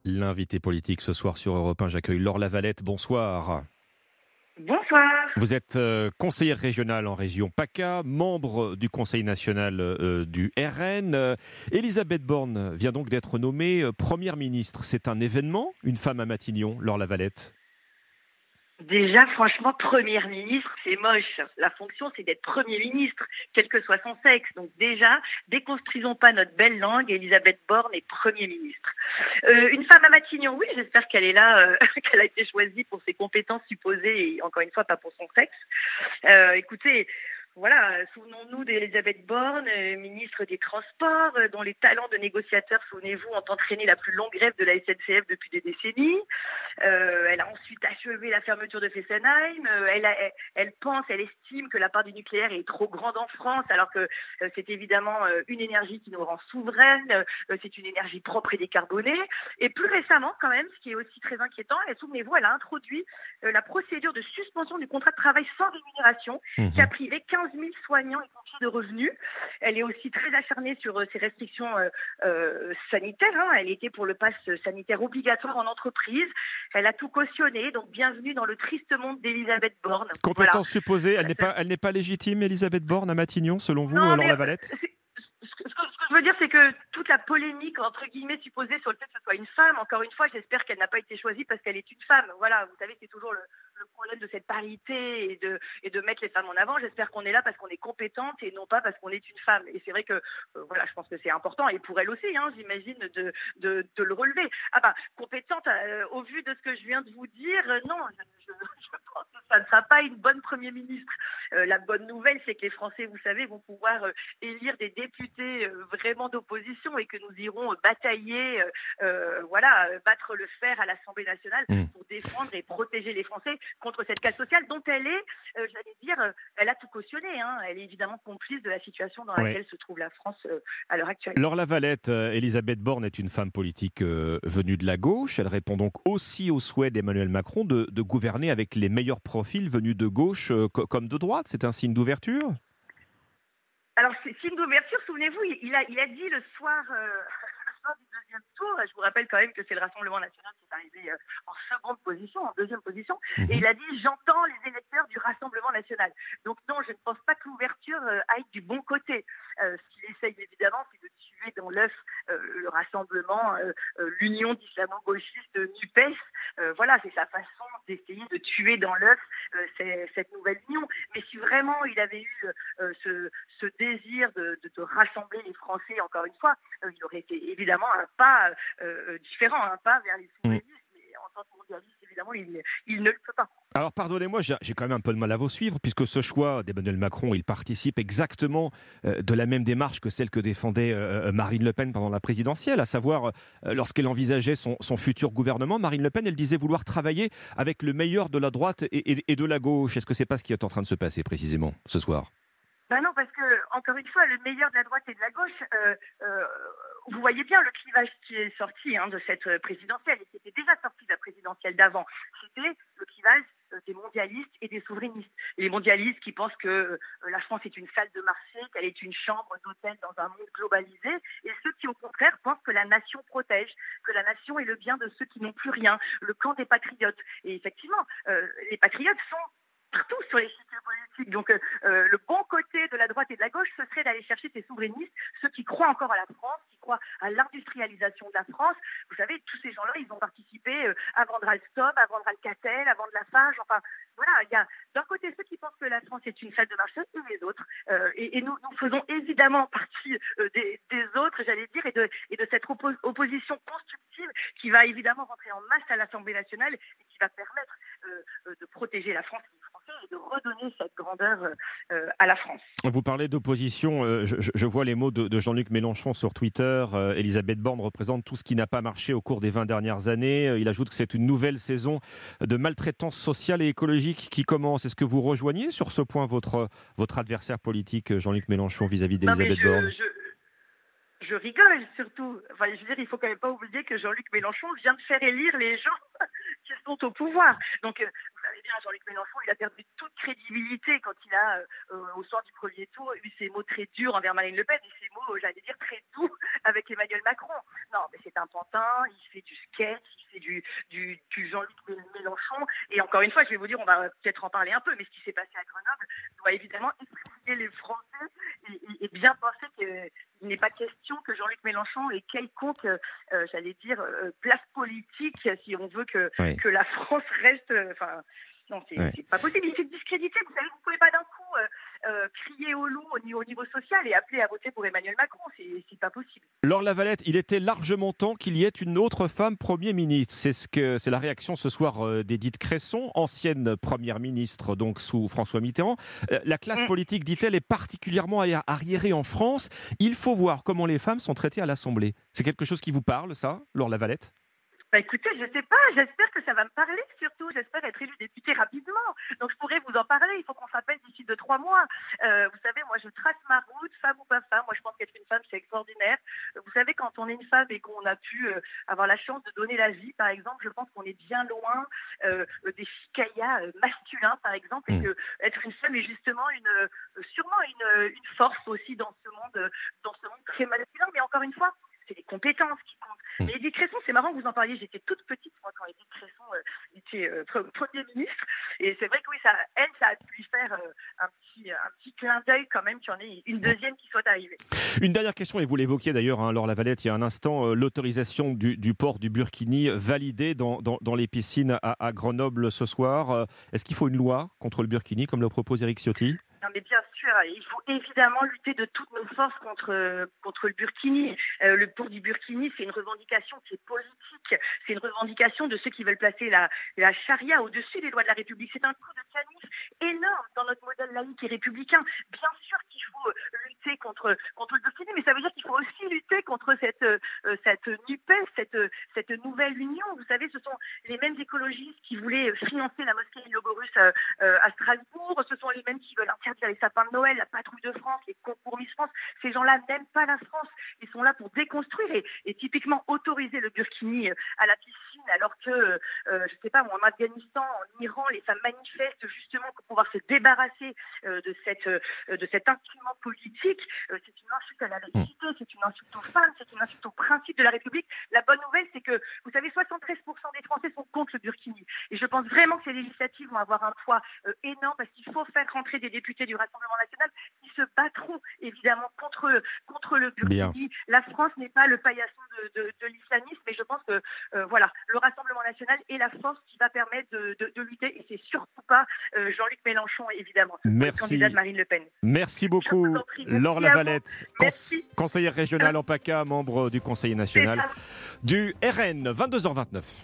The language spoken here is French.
L'invité politique ce soir sur Europe 1, j'accueille Laure Lavalette. Bonsoir. Bonsoir. Vous êtes conseillère régionale en région PACA, membre du Conseil national du RN. Elisabeth Borne vient donc d'être nommée Première ministre. C'est un événement, une femme à Matignon, Laure Lavalette. Déjà, franchement, première ministre, c'est moche. La fonction, c'est d'être premier ministre, quel que soit son sexe. Donc déjà, déconstruisons pas notre belle langue. Elisabeth Borne est premier ministre. Une femme à Matignon, oui, j'espère qu'elle est là, qu'elle a été choisie pour ses compétences supposées et encore une fois, pas pour son sexe. Écoutez, voilà, souvenons-nous d'Elisabeth Borne, ministre des Transports, dont les talents de négociateur, souvenez-vous, ont entraîné la plus longue grève de la SNCF depuis des décennies. Elle a ensuite achevé la fermeture de Fessenheim. Elle estime que la part du nucléaire est trop grande en France, alors que c'est évidemment une énergie qui nous rend souveraine. C'est une énergie propre et décarbonée. Et plus récemment, quand même, ce qui est aussi très inquiétant, souvenez-vous, elle a introduit la procédure de suspension du contrat de travail sans rémunération, qui a privé 15 000 soignants et pompiers de revenus. Elle est aussi très acharnée sur ces restrictions sanitaires. Elle était pour le pass sanitaire obligatoire en entreprise. Elle a tout cautionné, donc bienvenue dans le triste monde d'Elisabeth Borne. Compétence supposée, elle n'est pas légitime, Elisabeth Borne à Matignon, selon vous, Non, Laure mais Lavalette? ce que je veux dire, c'est que toute la polémique, entre guillemets, supposée sur le fait que ce soit une femme, encore une fois, j'espère qu'elle n'a pas été choisie parce qu'elle est une femme. Voilà, vous savez, c'est toujours le problème de cette parité et de mettre les femmes en avant. J'espère qu'on est là parce qu'on est compétente et non pas parce qu'on est une femme. Et c'est vrai que, voilà, je pense que c'est important. Et pour elle aussi, j'imagine, de le relever. Ah ben, compétente, au vu de ce que je viens de vous dire, non, je pense que ça ne sera pas une bonne Premier ministre. La bonne nouvelle, c'est que les Français, vous savez, vont pouvoir élire des députés vraiment d'opposition et que nous irons batailler, battre le fer à l'Assemblée nationale pour défendre et protéger les Français contre cette casse sociale dont elle est, elle a tout cautionné. Elle est évidemment complice de la situation dans laquelle se trouve la France à l'heure actuelle. Laure Lavalette, Elisabeth Borne est une femme politique venue de la gauche. Elle répond donc aussi au souhait d'Emmanuel Macron de gouverner avec les meilleurs profils venus de gauche comme de droite. C'est un signe d'ouverture? Alors, c'est signe d'ouverture, souvenez-vous, il a dit le soir du deuxième tour, je vous rappelle quand même que c'est le Rassemblement national qui est arrivé en deuxième position, et il a dit « j'entends les électeurs du Rassemblement national ». Donc non, je ne pense pas que l'ouverture aille du bon côté. Ce qu'il essaye évidemment, c'est de tuer dans l'œuf le Rassemblement, l'union d'islamo-gauchistes NUPES. Voilà, c'est sa façon d'essayer de tuer dans l'œuf cette nouvelle union. Mais si vraiment il avait eu ce désir de rassembler les Français, encore une fois, il aurait été évidemment un pas différent, un pas vers les souverainistes. Mais en tant que mondialiste, évidemment, il ne le peut pas. Alors pardonnez-moi, j'ai quand même un peu de mal à vous suivre, puisque ce choix d'Emmanuel Macron, il participe exactement de la même démarche que celle que défendait Marine Le Pen pendant la présidentielle, à savoir lorsqu'elle envisageait son futur gouvernement, Marine Le Pen, elle disait vouloir travailler avec le meilleur de la droite et de la gauche. Est-ce que c'est pas ce qui est en train de se passer précisément ce soir? Ben non, parce que, encore une fois, le meilleur de la droite et de la gauche, vous voyez bien le clivage qui est sorti de cette présidentielle, et qui était déjà sorti de la présidentielle d'avant. C'était le clivage des mondialistes et des souverainistes. Les mondialistes qui pensent que la France est une salle de marché, qu'elle est une chambre d'hôtel dans un monde globalisé, et ceux qui, au contraire, pensent que la nation protège, que la nation est le bien de ceux qui n'ont plus rien, le camp des patriotes. Et effectivement, les patriotes sont partout sur les sites politiques. Donc le bon côté de la droite et de la gauche, ce serait d'aller chercher ces souverainistes, ceux qui croient encore à la France, qui croient à l'industrialisation de la France. Vous savez, tous ces gens-là, ils ont participé à vendre Alstom, à vendre Alcatel, à vendre Lafarge. Enfin, voilà, il y a d'un côté ceux qui pensent que la France est une salle de marché et les autres. Et nous faisons évidemment partie des autres, j'allais dire, et de cette opposition constructive qui va évidemment rentrer en masse à l'Assemblée nationale et qui va permettre de protéger la France et de redonner cette grandeur à la France. Vous parlez d'opposition, je vois les mots de Jean-Luc Mélenchon sur Twitter. Elisabeth Borne représente tout ce qui n'a pas marché au cours des 20 dernières années. Il ajoute que c'est une nouvelle saison de maltraitance sociale et écologique qui commence. Est-ce que vous rejoignez sur ce point votre adversaire politique, Jean-Luc Mélenchon, vis-à-vis d'Elisabeth Borne? Je rigole surtout. Enfin, je veux dire, il faut quand même pas oublier que Jean-Luc Mélenchon vient de faire élire les gens qui sont au pouvoir. Donc, vous savez bien, Jean-Luc Mélenchon, il a perdu toute crédibilité quand il a, au soir du premier tour, eu ces mots très durs envers Marine Le Pen et ces mots, j'allais dire, très doux avec Emmanuel Macron. Non, mais c'est un pantin, il fait du sketch, il fait du Jean-Luc Mélenchon. Et encore une fois, je vais vous dire, on va peut-être en parler un peu, mais ce qui s'est passé à Grenoble doit évidemment effrayer les Français et bien penser qu'il n'est pas question que Jean-Luc Mélenchon ait quelconque, j'allais dire, place politique si on veut que la France reste... non, c'est pas possible. Il s'est discrédité. Vous savez, vous pouvez pas d'un coup crier au loup au niveau social et appeler à voter pour Emmanuel Macron. C'est pas possible. Laure Lavalette, il était largement temps qu'il y ait une autre femme Premier ministre. C'est la réaction ce soir d'Édith Cresson, ancienne Première ministre donc sous François Mitterrand. La classe politique, dit-elle, est particulièrement arriérée en France. Il faut voir comment les femmes sont traitées à l'Assemblée. C'est quelque chose qui vous parle, ça, Laure Lavalette ? Bah écoutez, je sais pas, j'espère que ça va me parler surtout, j'espère être élue députée rapidement, donc je pourrais vous en parler, il faut qu'on s'appelle d'ici 2-3 mois. Vous savez, moi je trace ma route, femme ou pas femme, moi je pense qu'être une femme c'est extraordinaire. Vous savez, quand on est une femme et qu'on a pu avoir la chance de donner la vie par exemple, je pense qu'on est bien loin des chicayas masculins par exemple, et que être une femme est justement sûrement une force aussi dans ce monde très masculin, mais encore une fois, c'est les compétences qui comptent. Mais Édith Cresson, c'est marrant que vous en parliez, j'étais toute petite moi quand Édith Cresson était Premier ministre, et c'est vrai que oui, ça a pu lui faire un petit clin d'œil quand même qu'il y en ait une deuxième qui soit arrivée. Une dernière question, et vous l'évoquiez d'ailleurs, Laure Lavalette, il y a un instant, l'autorisation du port du burkini validée dans les piscines à Grenoble ce soir. Est-ce qu'il faut une loi contre le burkini, comme le propose Éric Ciotti ? Non, mais bien sûr, il faut évidemment lutter de toutes nos forces contre le burkini. Le port du burkini, c'est une revendication qui est politique. C'est une revendication de ceux qui veulent placer la charia au-dessus des lois de la République. C'est un coup de canif énorme dans notre modèle laïque et républicain. Bien sûr qu'il faut lutter contre le burkini, mais ça veut dire qu'il faut aussi lutter contre cette NUPES, cette nouvelle union. Vous savez, ce sont les mêmes écologistes qui voulaient financer la mosquée Logorus à Strasbourg. Ce sont les mêmes qui veulent interdire les sapins de Noël, la patrouille de France, les concours Miss France. Ces gens-là n'aiment pas la France. Ils sont là pour déconstruire et typiquement autoriser le burkini à la piscine, alors que, je sais pas, en Afghanistan, en Iran, les femmes manifestent justement pour pouvoir se débarrasser de cet instrument politique. C'est une insulte à la laïcité, c'est une insulte aux femmes, c'est une insulte aux principes de la République. La bonne nouvelle, c'est que, vous savez, 73% des Français sont contre le burkini. Et je pense vraiment que ces législatives vont avoir un poids énorme parce qu'il faut faire rentrer des députés du Rassemblement national qui se battront évidemment contre le burkini. Bien. La France n'est pas le paillasson de l'islamisme, mais je pense que voilà, le Rassemblement national est la force qui va permettre de lutter, et c'est surtout pas Jean-Luc Mélenchon évidemment, le candidat de Marine Le Pen. Merci beaucoup, Laure Lavalette, conseillère régionale en PACA, membre du Conseil national du RN, 22h29.